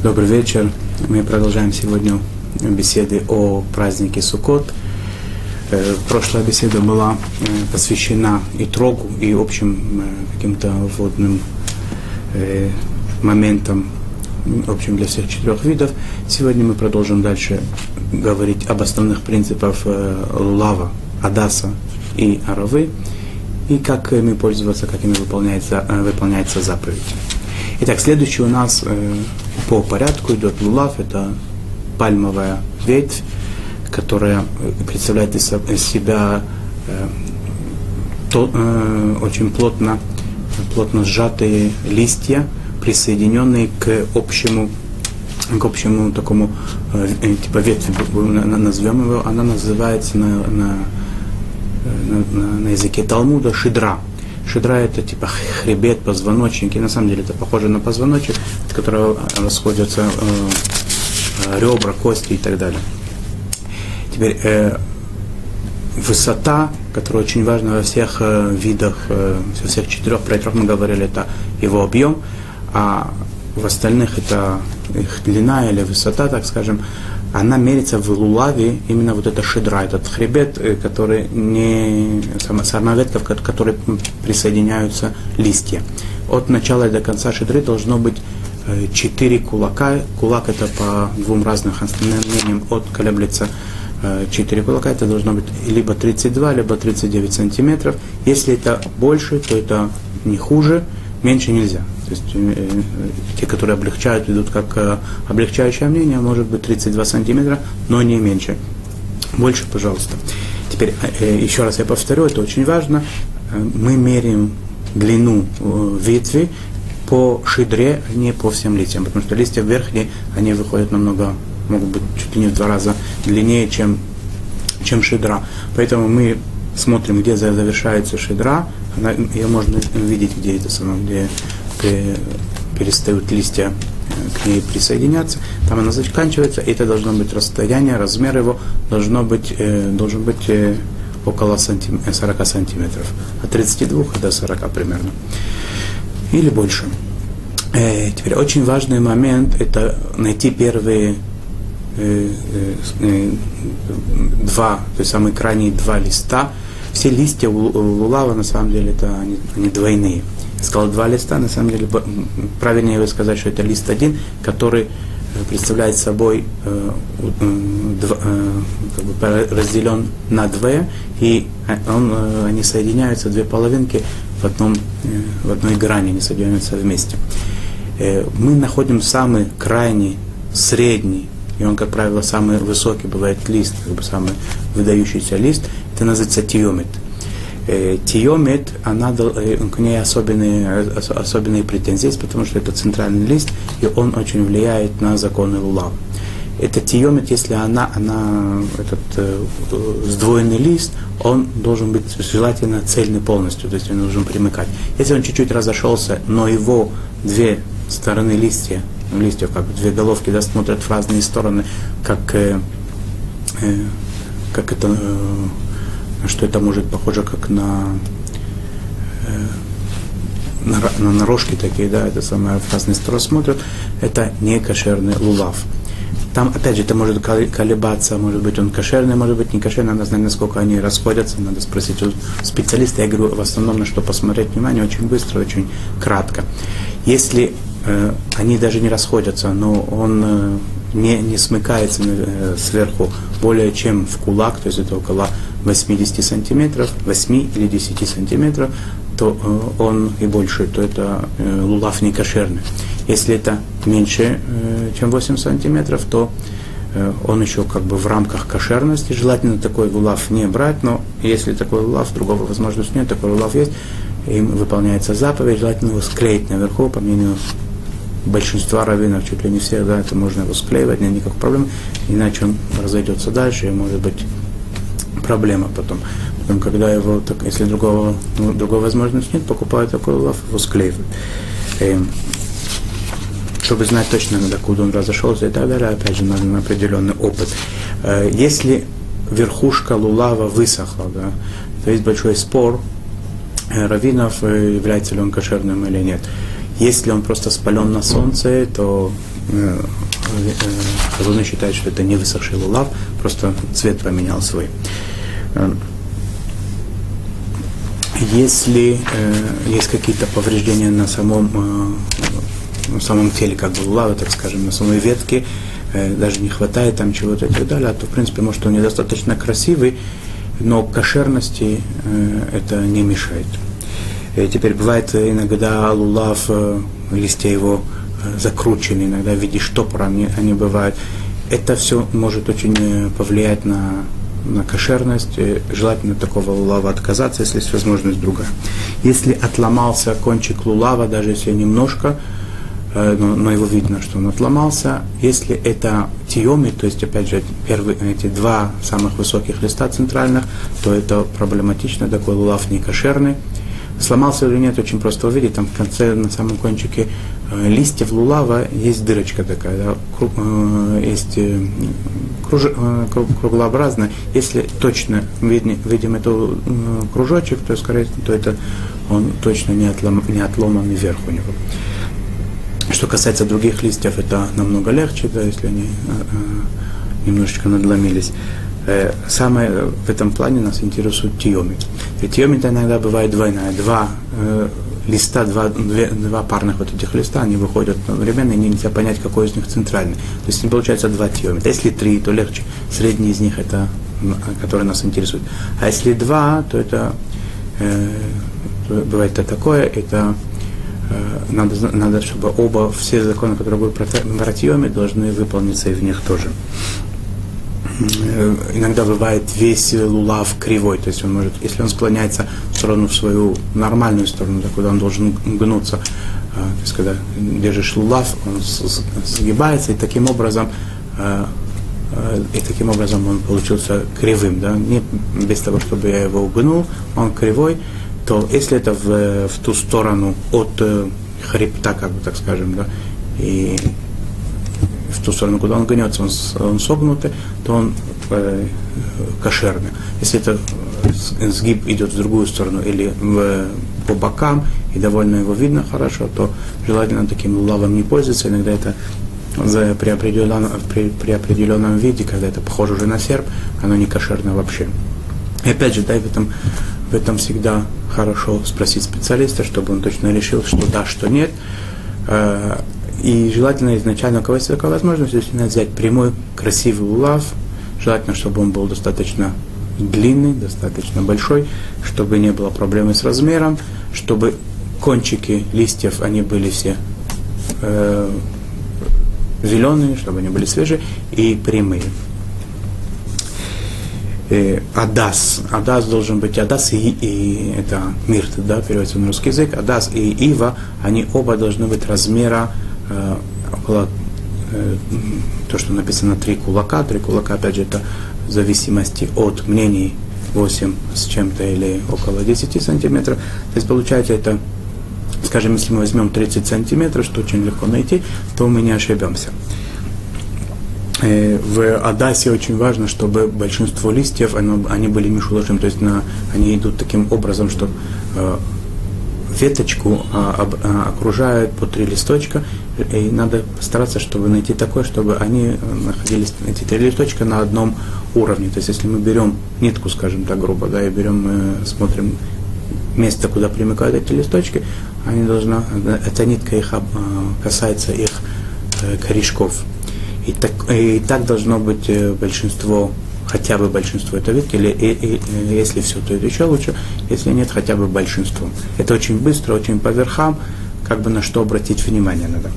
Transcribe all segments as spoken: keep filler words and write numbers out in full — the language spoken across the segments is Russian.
Добрый вечер. Мы продолжаем сегодня беседы о празднике Суккот. Прошлая беседа была посвящена и трогу, и общим каким-то вводным моментам, общим для всех четырех видов. Сегодня мы продолжим дальше говорить об основных принципах лулава, адаса и аравы, и как ими пользоваться, как ими выполняется, выполняется заповедь. Итак, следующий у нас э, по порядку идет лулав. Это пальмовая ветвь, которая представляет из себя э, то, э, очень плотно, плотно сжатые листья, присоединенные к общему, к общему такому э, типа ветви, назовем его. Она называется на, на, на, на языке Талмуда шидра. Шидра — это типа хребет, позвоночник, и на самом деле это похоже на позвоночник, от которого расходятся э, ребра, кости и так далее. Теперь э, высота, которая очень важна во всех э, видах, э, во всех четырех, про трех мы говорили, это его объем, а в остальных это их длина или высота, так скажем, она мерится в лулаве, именно вот эта шидра, этот хребет, который не, сама ветка, к которой присоединяются листья. От начала до конца шидры должно быть четыре кулака. Кулак — это по двум разным мнениям от колеблется четыре кулака. Это должно быть либо тридцать два, либо тридцать девять сантиметров. Если это больше, то это не хуже, меньше нельзя. То есть э, те, которые облегчают, идут как э, облегчающее мнение, может быть тридцать два сантиметра, но не меньше. Больше, пожалуйста. Теперь э, еще раз я повторю, это очень важно. Мы меряем длину э, ветви по шидре, а не по всем листьям, потому что листья верхние, они выходят намного, могут быть чуть ли не в два раза длиннее, чем, чем шидра. Поэтому мы смотрим, где завершается шидра. Она, ее можно увидеть, где это самое, где перестают листья к ней присоединяться. Там она заканчивается, и это должно быть расстояние, размер его должно быть, э, должен быть э, около сантим, сорока сантиметров. От тридцати двух до сорока примерно. Или больше. Э, теперь очень важный момент — это найти первые э, э, два, то есть самые крайние два листа. Все листья у лулава на самом деле это они, они двойные. Я сказал два листа, на самом деле правильнее сказать, что это лист один, который представляет собой э, два, э, как бы разделен на две, и он, э, они соединяются, две половинки в, одном, э, в одной грани, они соединяются вместе. Э, мы находим самый крайний, средний, и он, как правило, самый высокий бывает лист, как бы самый выдающийся лист, это называется тиомет. Тиомет, она, к ней особенные, особенные претензии, потому что это центральный лист, и он очень влияет на законы лулава. Это тиомет, если она, она этот э, сдвоенный лист, он должен быть желательно цельный полностью, то есть он должен примыкать. Если он чуть-чуть разошелся, но его две стороны листья, листьев, как две головки, да, смотрят в разные стороны, как, э, э, как это... Э, что это может похоже как на, э, на, на, на рожки такие, да, это самое, в разные стороны смотрят, это не кошерный лулав. Там, опять же, это может колебаться, может быть он кошерный, может быть не кошерный, надо знать, насколько они расходятся, надо спросить у специалиста. Я говорю в основном, на что посмотреть внимание, очень быстро, очень кратко. Если э, они даже не расходятся, но он э, не, не смыкается э, сверху более чем в кулак, то есть это около восемьдесят сантиметров, восемь или десять сантиметров, то э, он и больше, то это э, лулав не кошерный. Если это меньше, э, чем восемь сантиметров, то э, он еще как бы в рамках кошерности. Желательно такой лулав не брать, но если такой лулав, другого возможности нет, такой лулав есть, им выполняется заповедь, желательно его склеить наверху, по мнению большинства раввинов, чуть ли не всех, да, это можно его склеивать, нет никаких проблем, иначе он разойдется дальше, и может быть проблема потом. Потом, когда его, так, если другого, ну, другой возможности нет, покупают такой лулав, его склеивают. И, чтобы знать точно, докуда он разошелся и так далее, опять же, надо определенный опыт. Если верхушка лулава высохла, да, то есть большой спор раввинов, является ли он кошерным или нет. Если он просто спален на солнце, то Хазон Иш считает, что это не высохший лулав, просто цвет поменял свой. Если э, есть какие-то повреждения на самом, э, на самом теле, как бы лулава, так скажем, на самой ветке, э, даже не хватает там чего-то и так далее, то, в принципе, может, он недостаточно красивый, но кошерности э, это не мешает. И теперь бывает иногда лулав, э, листья его э, закручены, иногда в виде штопора они, они бывают. Это все может очень повлиять на на кошерность, желательно от такого лулава отказаться, если есть возможность другая. Если отломался кончик лулава, даже если немножко, но, но его видно, что он отломался, если это тиоми, то есть, опять же, первые, эти два самых высоких листа центральных, то это проблематично, такой лулав не кошерный. Сломался или нет, очень просто увидеть, там в конце, на самом кончике э, листьев лулава есть дырочка такая, да, круг, э, есть э, круж, э, круглообразная. Если точно видим, видим этот э, кружочек, то, скорее, то это он точно не, отлом, не отломан вверх у него. Что касается других листьев, это намного легче, да, если они э, э, немножечко надломились. Самое в этом плане нас интересует тиомит. Тиомит иногда бывает двойная. Два э, листа, два, две, два парных вот этих листа, они выходят одновременно, и нельзя понять, какой из них центральный. То есть не получается два тиомита. Если три, то легче. Средний из них это, который нас интересует. А если два, то это э, бывает это такое, это э, надо, надо, чтобы оба, все законы, которые будут про тиомит, должны выполниться и в них тоже. Иногда бывает весь лулав кривой, то есть он может, если он склоняется в сторону, в свою нормальную сторону, куда он должен гнуться, то есть когда держишь лулав, он сгибается, и таким образом, и таким образом он получился кривым, да, не без того, чтобы я его угнул, он кривой, то если это в, в ту сторону от хребта, как бы так скажем, да, и в ту сторону, куда он гнется, он, он согнутый, то он э, кошерный. Если это сгиб идет в другую сторону или в, по бокам, и довольно его видно хорошо, то желательно таким лулавом не пользоваться. Иногда это за, при, определенном, при, при определенном виде, когда это похоже уже на серп, оно не кошерно вообще. И опять же, да, в этом, в этом всегда хорошо спросить специалиста, чтобы он точно решил, что да, что нет. И желательно изначально, у кого есть такая возможность, если надо взять прямой, красивый лулав, желательно, чтобы он был достаточно длинный, достаточно большой, чтобы не было проблемы с размером, чтобы кончики листьев, они были все э, зеленые, чтобы они были свежие и прямые. Э, адас. Адас должен быть адас и, и это мирт, да, переводится на русский язык. Адас и ива, они оба должны быть размера около, э, то, что написано три кулака, три кулака, опять же, это в зависимости от мнений восемь с чем-то или около десять сантиметров. То есть, получается, это, скажем, если мы возьмем тридцать сантиметров, что очень легко найти, то мы не ошибемся. Э, в адасе очень важно, чтобы большинство листьев, оно, они были мишулашим, то есть на, они идут таким образом, что э, веточку а, об, а, окружают по три листочка, и надо стараться, чтобы найти такое, чтобы они находились, эти три листочка, на одном уровне. То есть, если мы берем нитку, скажем так грубо, да, и берем, э, смотрим место, куда примыкают эти листочки, они должна, эта нитка их э, касается их э, корешков. И так, и так должно быть э, большинство, хотя бы большинство этой ветки, или и, и, и, если все, то это еще лучше, если нет, хотя бы большинство. Это очень быстро, очень по верхам, как бы на что обратить внимание надо.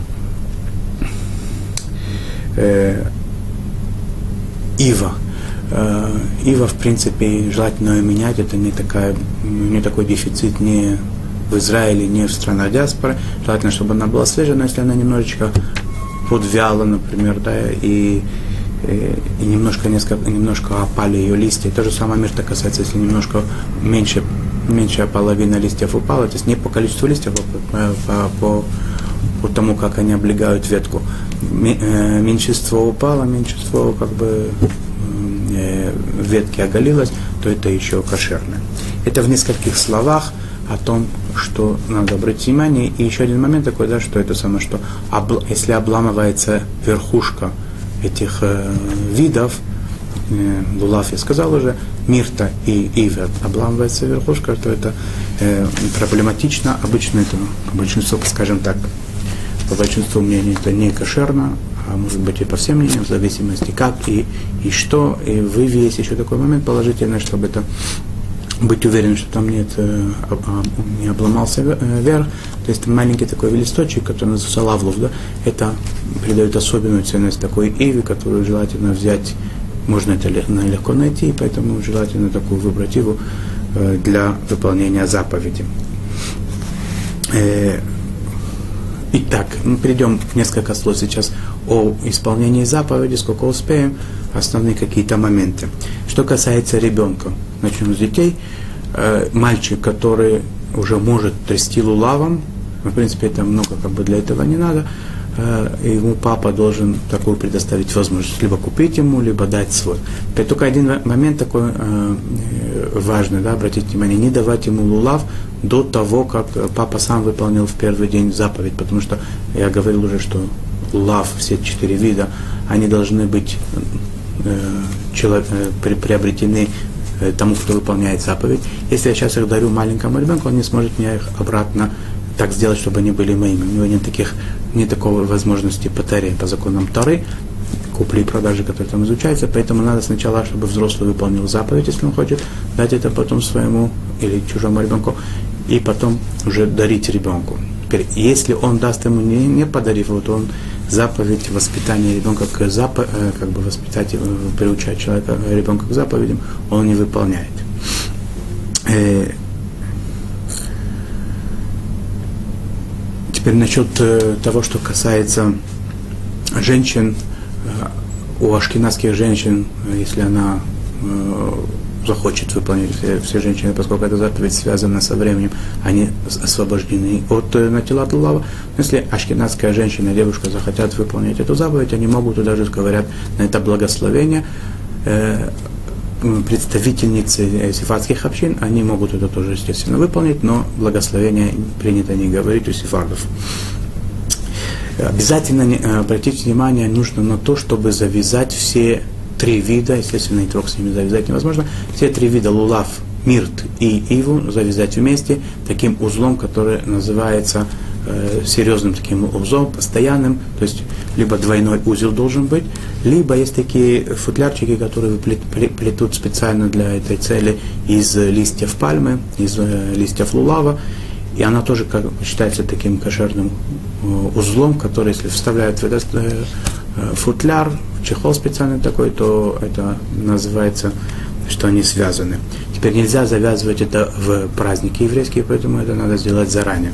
Э, ива. Э, ива, в принципе, желательно ее менять, это не, такая, не такой дефицит ни в Израиле, ни в странах диаспоры. Желательно, чтобы она была свежая, но если она немножечко подвяла, например, да, и и немножко, несколько, немножко опали ее листья. То же самое мирта касается, если немножко меньше, меньшая половина листьев упала, то есть не по количеству листьев, а по, по, по тому, как они облегают ветку. Меньшинство упало, меньшинство как бы ветки оголилось, то это еще кошерное. Это в нескольких словах о том, что надо обратить внимание. И еще один момент такой, да, что это самое, что обл- если обламывается верхушка этих э, видов, э, лулав я сказал уже, мирта и ивер, обламывается верхушка, то это э, проблематично. Обычно это, по большинству, скажем так, по большинству мнений это не кошерно, а может быть и по всем мнениям, в зависимости как и, и что. И в иве есть еще такой момент положительный, чтобы это быть уверен, что там нет, э, не обломался верх. То есть маленький такой листочек, который называется лавлов, да, это придает особенную ценность такой иве, которую желательно взять, можно это легко найти, и поэтому желательно такую выбрать иву э, для выполнения заповеди. Э, Итак, мы перейдем несколько слов сейчас о исполнении заповеди, сколько успеем, основные какие-то моменты. Что касается ребенка, начнем с детей. Э, мальчик, который уже может трясти лулавом, в принципе, это много как бы для этого не надо, э, ему папа должен такую предоставить возможность, либо купить ему, либо дать свой. Это только один момент такой э, важный, да, обратите внимание, не давать ему лулав до того, как папа сам выполнил в первый день заповедь, потому что я говорил уже, что лулав, все четыре вида, они должны быть э, человек, э, при, приобретены э, тому, кто выполняет заповедь. Если я сейчас их дарю маленькому ребенку, он не сможет мне их обратно так сделать, чтобы они были моими. У него нет таких, нет такой возможности по Торе, по законам Торы, купли и продажи, которые там изучаются, поэтому надо сначала, чтобы взрослый выполнил заповедь, если он хочет, дать это потом своему или чужому ребенку, и потом уже дарить ребенку. Теперь, если он даст ему, не, не подарив его, то он заповедь воспитания ребенка к запо, как бы воспитать, приучать человека, ребенка к заповедям, он не выполняет. Теперь насчет того, что касается женщин, у ашкеназских женщин, если она захочет выполнять, все, все женщины, поскольку эта заповедь связана со временем, они освобождены от натилат лулава. Если ашкеназская женщина, девушка захотят выполнять эту заповедь, они могут, и даже говорят на это благословение, э, представительницы сефардских общин, они могут это тоже, естественно, выполнить, но благословение принято не говорить у сефардов. Обязательно обратить внимание нужно на то, чтобы завязать все три вида, естественно, и трог с ними завязать невозможно, все три вида лулав, мирт и иву завязать вместе таким узлом, который называется э, серьезным таким узлом, постоянным, то есть либо двойной узел должен быть, либо есть такие футлярчики, которые плетут специально для этой цели из листьев пальмы, из э, листьев лулава, и она тоже как, считается таким кошерным э, узлом, который, если вставляют в этот э, футляр, чехол специальный такой, то это называется, что они связаны. Теперь нельзя завязывать это в праздники еврейские, поэтому это надо сделать заранее.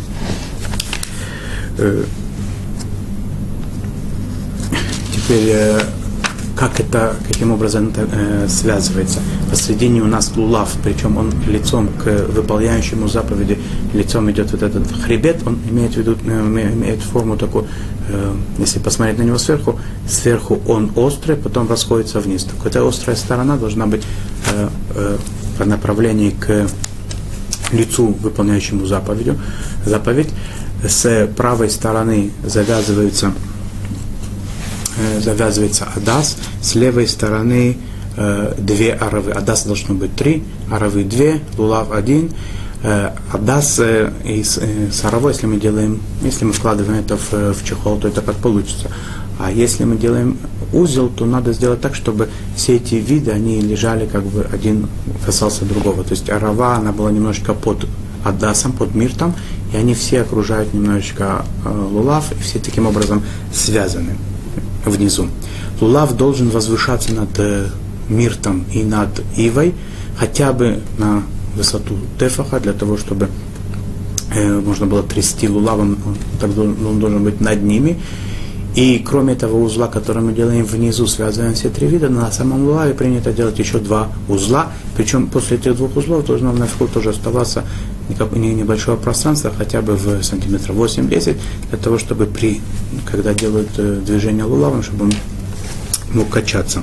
Теперь, как это, каким образом это э, связывается? Посредине у нас лулав, причем он лицом к выполняющему заповеди, лицом идет вот этот хребет, он имеет в виду, э, имеет форму такую, э, если посмотреть на него сверху, сверху он острый, потом расходится вниз. Так, эта острая сторона должна быть э, э, по направлению к лицу, выполняющему заповедью, заповедь. С правой стороны завязывается завязывается адас, с левой стороны э, две аравы. Адас должно быть три, аравы две, лулав один. Э, адас э, и с, э, с аравой, если мы делаем, если мы вкладываем это в, в чехол, то это как получится. А если мы делаем узел, то надо сделать так, чтобы все эти виды, они лежали как бы один касался другого. То есть арава, она была немножко под адасом, под миртом, и они все окружают немножечко э, лулав, и все таким образом связаны внизу. Лулав должен возвышаться над э, миртом и над ивой, хотя бы на высоту тефаха, для того, чтобы э, можно было трясти лулавом, он, так, он должен быть над ними. И кроме этого узла, который мы делаем внизу, связываем все три вида, на самом лулаве принято делать еще два узла, причем после этих двух узлов должно наверху тоже оставаться небольшое пространство, хотя бы в сантиметров восемь-десять, для того, чтобы при, когда делают э, движение лулавом, чтобы он мог качаться.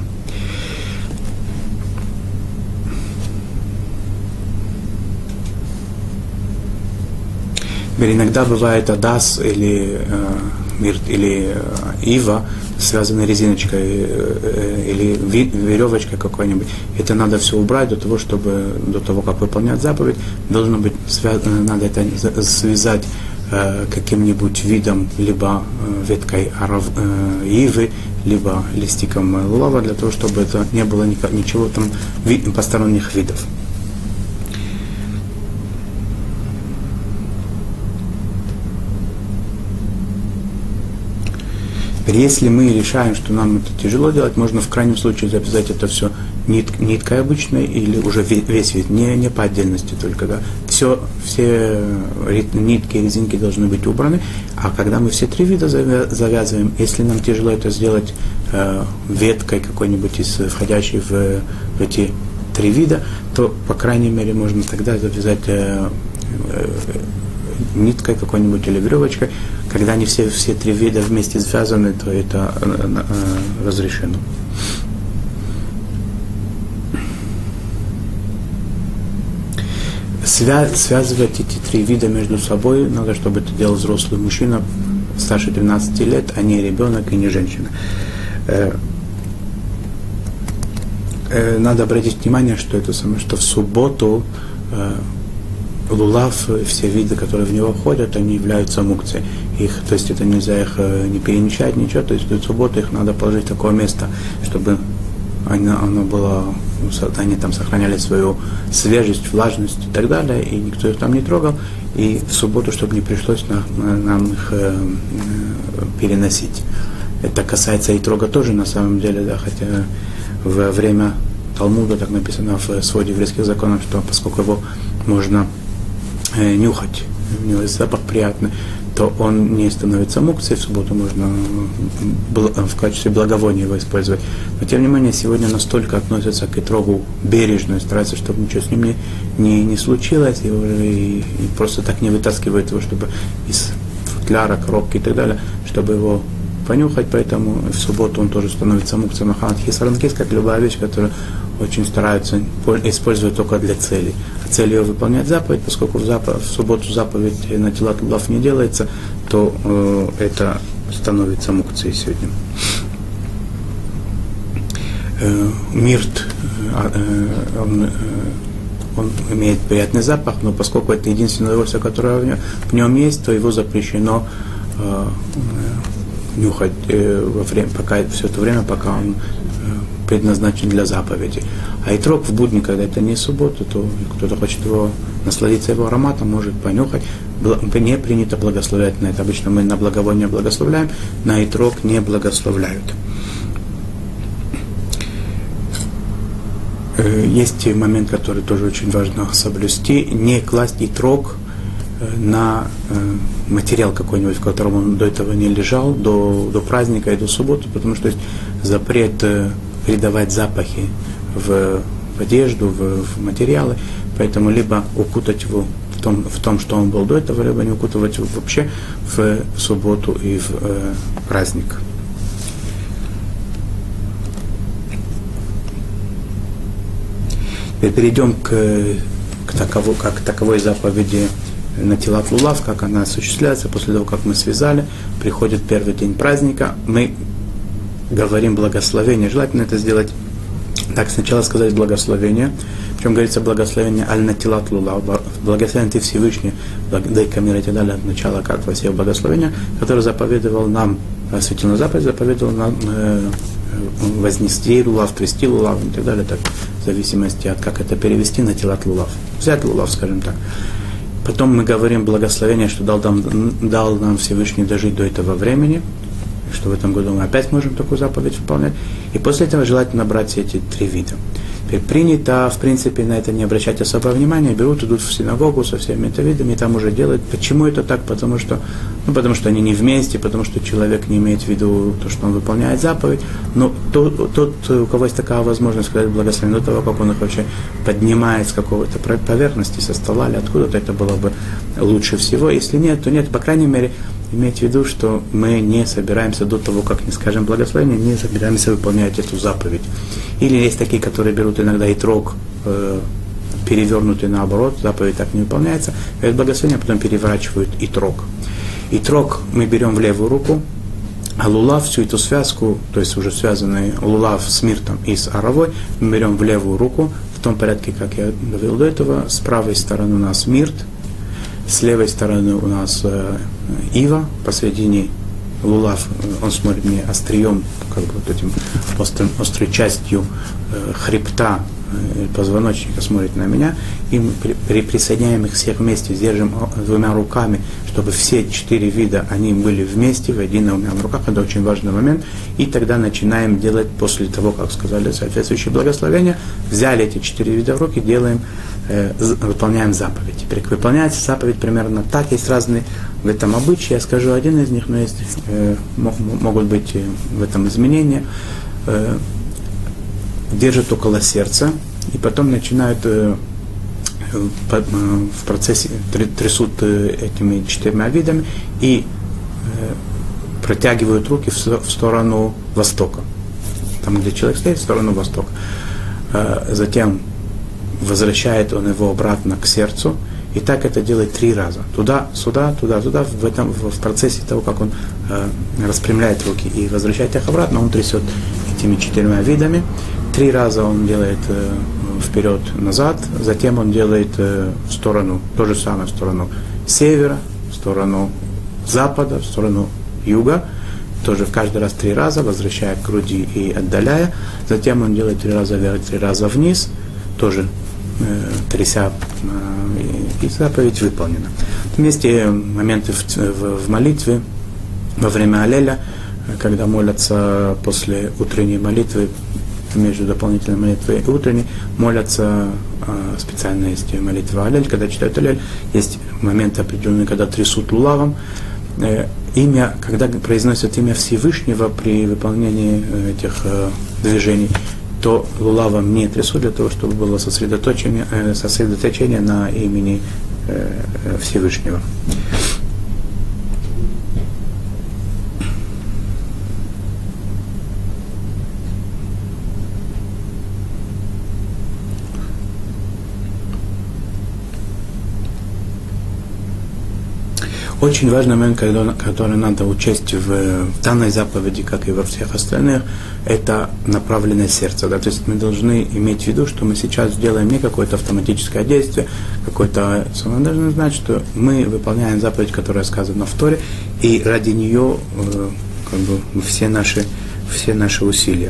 Иногда бывает адас или э, мирт или э, ива, связаны резиночкой э, или веревочкой какой-нибудь. Это надо все убрать до того, чтобы до того, как выполнять заповедь, должно быть связано, надо это связать э, каким-нибудь видом, либо э, веткой арав, э, ивы, либо листиком лулава, для того, чтобы это не было никак, ничего там вид, посторонних видов. Если мы решаем, что нам это тяжело делать, можно в крайнем случае завязать это все нит, ниткой обычной или уже весь вид, не, не по отдельности только, да. Все, все нитки и резинки должны быть убраны, а когда мы все три вида завязываем, если нам тяжело это сделать э, веткой какой-нибудь из входящей в, в эти три вида, то, по крайней мере, можно тогда завязать э, э, ниткой какой-нибудь или веревочкой. Когда они все, все три вида вместе связаны, то это э, э, разрешено. Свя- связывать эти три вида между собой надо, чтобы это делал взрослый мужчина старше тринадцати лет, а не ребенок и не женщина. Э, э, надо обратить внимание, что это самое, что в субботу э, лулав, все виды, которые в него входят, они являются мукцией. Их, то есть это нельзя их э, не перемещать, ничего, то есть в субботу их надо положить в такое место, чтобы оно, оно было, они там сохраняли свою свежесть, влажность и так далее, и никто их там не трогал, и в субботу, чтобы не пришлось на, на, нам их э, э, переносить. Это касается и трога тоже на самом деле, да, хотя во время Талмуда так написано в своде еврейских законов, что поскольку его можно э, нюхать, у него есть запах приятный, то он не становится мукцией, в субботу можно в качестве благовония его использовать. Но тем не менее, сегодня настолько относятся к итрогу бережно, стараются, чтобы ничего с ним не, не, не случилось, и, и, и просто так не вытаскивают его, чтобы из футляра, коробки и так далее, чтобы его понюхать, поэтому в субботу он тоже становится мукцией. Маханат хисаранкис, как любая вещь, которую очень стараются использовать только для цели. А цель ее выполнять заповедь, поскольку в, запов... в субботу заповедь на тилат лулав не делается, то э, это становится мукцией сегодня. Э, мирт, э, э, он, э, он имеет приятный запах, но поскольку это единственное удовольствие, которое в нем, в нем есть, то его запрещено э, э, нюхать э, во время, пока, все это время, пока он предназначен для заповеди. А итрог в будни, когда это не суббота, то кто-то хочет его насладиться его ароматом, может понюхать. Не принято благословлять на это. Обычно мы на благовоние благословляем, на итрог не благословляют. Есть момент, который тоже очень важно соблюсти. Не класть итрог на материал какой-нибудь, в котором он до этого не лежал, до, до праздника и до субботы, потому что есть запрет передавать запахи в, в одежду, в, в материалы, поэтому либо укутать его в том, в том, что он был до этого, либо не укутывать его вообще в субботу и в э, праздник. Теперь перейдем к, к, таково, как, к таковой заповеди на тилат лулав, как она осуществляется. После того, как мы связали, приходит первый день праздника, мы говорим благословение. Желательно это сделать так, сначала сказать благословение, причем говорится благословение аль на тилат лулав, благословен ты Всевышний, дай-ка мир и так далее, от начала, как во всех благословениях, который заповедовал нам, осветил на заповедь, заповедовал нам э, вознести лулав, трясти лулав и так далее, так, в зависимости от как это перевести на тилат лулав, взять лулав, скажем так. Потом мы говорим благословение, что дал нам, дал нам Всевышний дожить до этого времени, что в этом году мы опять можем такую заповедь выполнять. И после этого желательно брать все эти три вида. Теперь принято, в принципе, на это не обращать особого внимания, берут, идут в синагогу со всеми этими видами, и там уже делают. Почему это так? Потому что, ну, потому что они не вместе, потому что человек не имеет в виду то, что он выполняет заповедь. Но тот, тот у кого есть такая возможность сказать благословение, до того, как он их вообще поднимает с какого-то поверхности, со стола или откуда-то, это было бы лучше всего. Если нет, то нет. По крайней мере, иметь в виду, что мы не собираемся до того, как не скажем благословение, не собираемся выполнять эту заповедь. Или есть такие, которые берут иногда итрог, э, перевернуты наоборот, заповедь так не выполняется, говорят благословение, а потом переворачивают итрог. Итрог мы берем в левую руку, а лулав, всю эту связку, то есть уже связанный лулав с миртом и с аравой, мы берем в левую руку, в том порядке, как я говорил до этого. С правой стороны у нас мирт, с левой стороны у нас э, ива, посередине лулав, он смотрит мне острием, как бы вот этим острым, острой частью э, хребта, э, позвоночника смотрит на меня, и мы при, при, присоединяем их всех вместе, держим двумя руками, чтобы все четыре вида, они были вместе, в один у меня в руках, это очень важный момент, и тогда начинаем делать, после того, как сказали соответствующие благословения, взяли эти четыре вида в руки, делаем, э, выполняем заповедь. Теперь выполняется заповедь примерно так, есть разные в этом обычаи, я скажу один из них, но есть, э, могут быть в этом изменения, э, держат около сердца, и потом начинают э, по, э, в процессе трясут э, этими четырьмя видами и э, протягивают руки в, в сторону востока, там, где человек стоит, в сторону востока. Э, затем возвращает он его обратно к сердцу, и так это делает три раза. Туда, сюда, туда, туда. В, этом, в, в процессе того, как он э, распрямляет руки и возвращает их обратно, он трясет этими четырьмя видами. Три раза он делает э, вперед-назад, затем он делает э, в сторону, то же самое в сторону севера, в сторону запада, в сторону юга. Тоже в каждый раз три раза, возвращая к груди и отдаляя. Затем он делает три раза вверх, три раза вниз, тоже тряся, и заповедь выполнена. Вместе моменты в, в, в молитве, во время аллеля, когда молятся после утренней молитвы, между дополнительной молитвой и утренней, молятся, специально есть молитва аллель, когда читают аллель, есть моменты определенные, когда трясут лулавом. Имя, когда произносят имя Всевышнего при выполнении этих движений, то лулавом не трясут для того, чтобы было сосредоточение, э, сосредоточение на имени э, Всевышнего. Очень важный момент, который надо учесть в данной заповеди, как и во всех остальных, это направленное сердце. Да? То есть мы должны иметь в виду, что мы сейчас делаем не какое-то автоматическое действие, какое-то... Мы должны знать, что мы выполняем заповедь, которая сказана в Торе, и ради нее как бы, все наши, все наши усилия.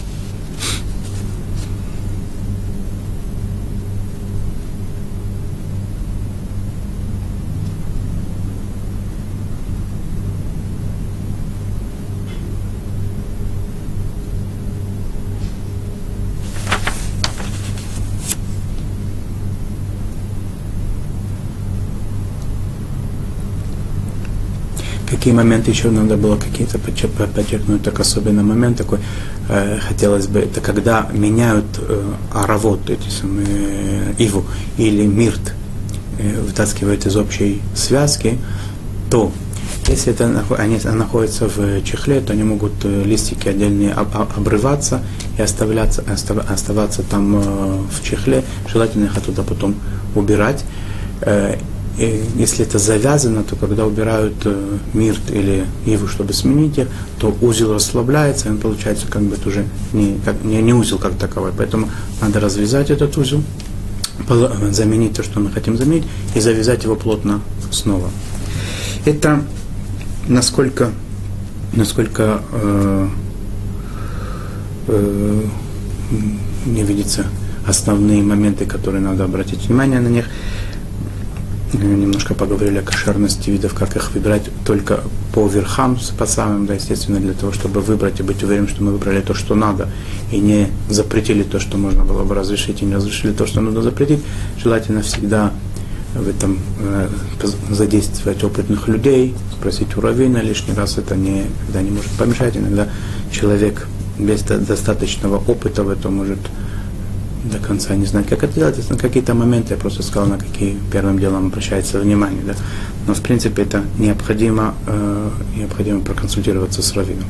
Какие моменты еще надо было какие-то подчеркнуть, так особенный момент такой, э, хотелось бы, это когда меняют э, аравот, эти самые э, иву или мирт, э, вытаскивают из общей связки, то если это они находятся в чехле, то они могут э, листики отдельные об, обрываться и оставляться, остав, оставаться там э, в чехле, желательно их оттуда потом убирать. Э, И если это завязано, то когда убирают э, мирт или иву, чтобы сменить их, то узел расслабляется, и он получается как бы уже не, как, не, не узел как таковой. Поэтому надо развязать этот узел, заменить то, что мы хотим заменить, и завязать его плотно снова. Это насколько, насколько э, э, мне видится основные моменты, которые надо обратить внимание на них. Немножко поговорили о кошерности видов, как их выбирать только по верхам, по самым, да, естественно, для того, чтобы выбрать и быть уверенным, что мы выбрали то, что надо, и не запретили то, что можно было бы разрешить, и не разрешили то, что нужно запретить. Желательно всегда в этом э, задействовать опытных людей, спросить у раввина лишний раз, это не, когда не может помешать. Иногда человек без достаточного опыта в этом может до конца не знать, как это делать. На какие-то моменты я просто сказал, на какие первым делом обращается внимание. Да? Но в принципе это необходимо, э, необходимо проконсультироваться с раввином.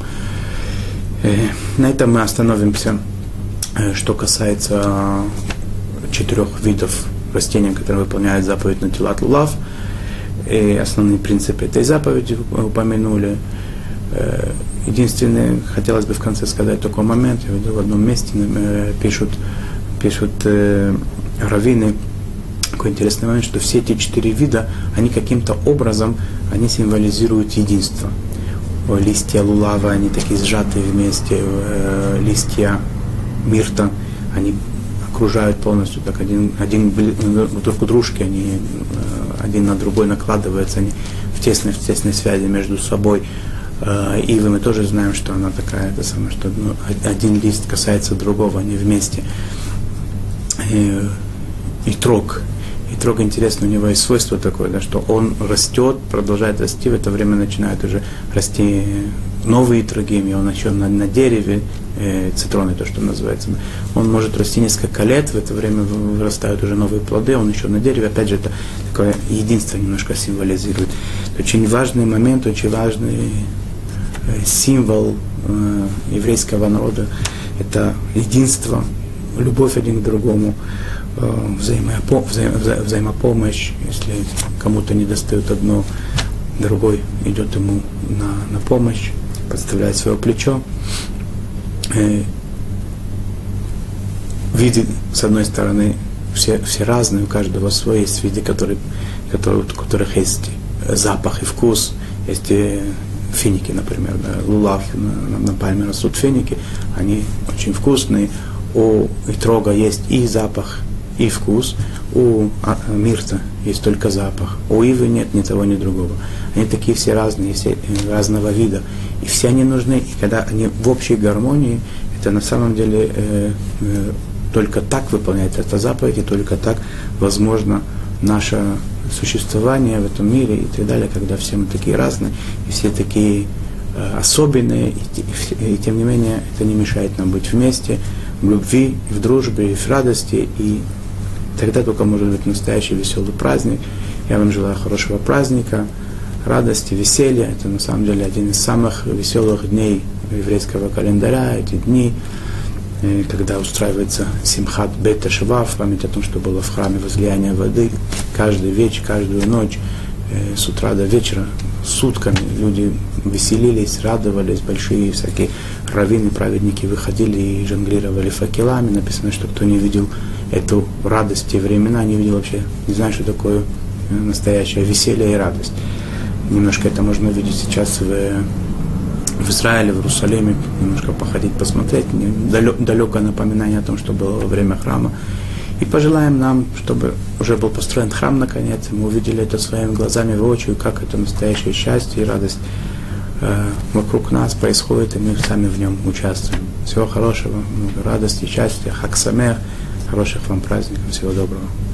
Э, на этом мы остановимся. Э, что касается четырех видов растений, которые выполняют заповедь Натилат Лулав. И основные принципы этой заповеди упомянули. Единственное, хотелось бы в конце сказать такой момент, я видел в одном месте, пишут, пишут э, раввины, такой интересный момент, что все эти четыре вида, они каким-то образом, они символизируют единство. Листья лулава, они такие сжатые вместе, э, листья мирта, они окружают полностью, так один, один друг к дружке, они э, один на другой накладываются, они в тесной, в тесной связи между собой. Э, ивы мы тоже знаем, что она такая, это самое, что ну, один лист касается другого, они вместе. И, и трог. И трог, интересно, у него есть свойство такое, да, что он растет, продолжает расти, в это время начинают уже расти новые троги, он еще на, на дереве, э, цитроны, то, что называется. Он может расти несколько лет, в это время вырастают уже новые плоды, он еще на дереве, опять же, это такое единство немножко символизирует. Очень важный момент, очень важный э, символ э, еврейского народа, это единство, любовь один к другому, Взаимопо- вза- вза- взаимопомощь, если кому-то не достает одно, другой идет ему на, на помощь, подставляет свое плечо. Э, виды, с одной стороны, все, все разные, у каждого свой, есть виды, которые, которые, у которых есть запах и вкус, есть финики, например, да, лулав, на, на, на пальме растут финики, они очень вкусные, у итрога есть и запах, и вкус, у мирта есть только запах, у ивы нет ни того, ни другого. Они такие все разные, все разного вида, и все они нужны, и когда они в общей гармонии, это на самом деле э, э, только так выполняется эта заповедь, и только так возможно наше существование в этом мире и так далее, когда все мы такие разные, и все такие э, особенные, и, и, и тем не менее это не мешает нам быть вместе, в любви, и в дружбе, и в радости, и тогда только может быть настоящий веселый праздник. Я вам желаю хорошего праздника, радости, веселья. Это на самом деле один из самых веселых дней еврейского календаря, эти дни, когда устраивается Симхат Бейт Тешував, память о том, что было в храме возлияние воды, каждый вечер, каждую ночь, с утра до вечера, сутками люди веселились, радовались, большие всякие раввины, праведники выходили и жонглировали факелами. Написано, что кто не видел эту радость в те времена, не видел вообще, не знает, что такое настоящее веселье и радость. Немножко это можно увидеть сейчас в, в Израиле, в Иерусалиме, немножко походить, посмотреть, далекое напоминание о том, что было во время храма. И пожелаем нам, чтобы уже был построен храм наконец, и мы увидели это своими глазами воочию, как это настоящее счастье и радость э, вокруг нас происходит, и мы сами в нем участвуем. Всего хорошего, много радости, счастья, хаг самех, хороших вам праздников, всего доброго.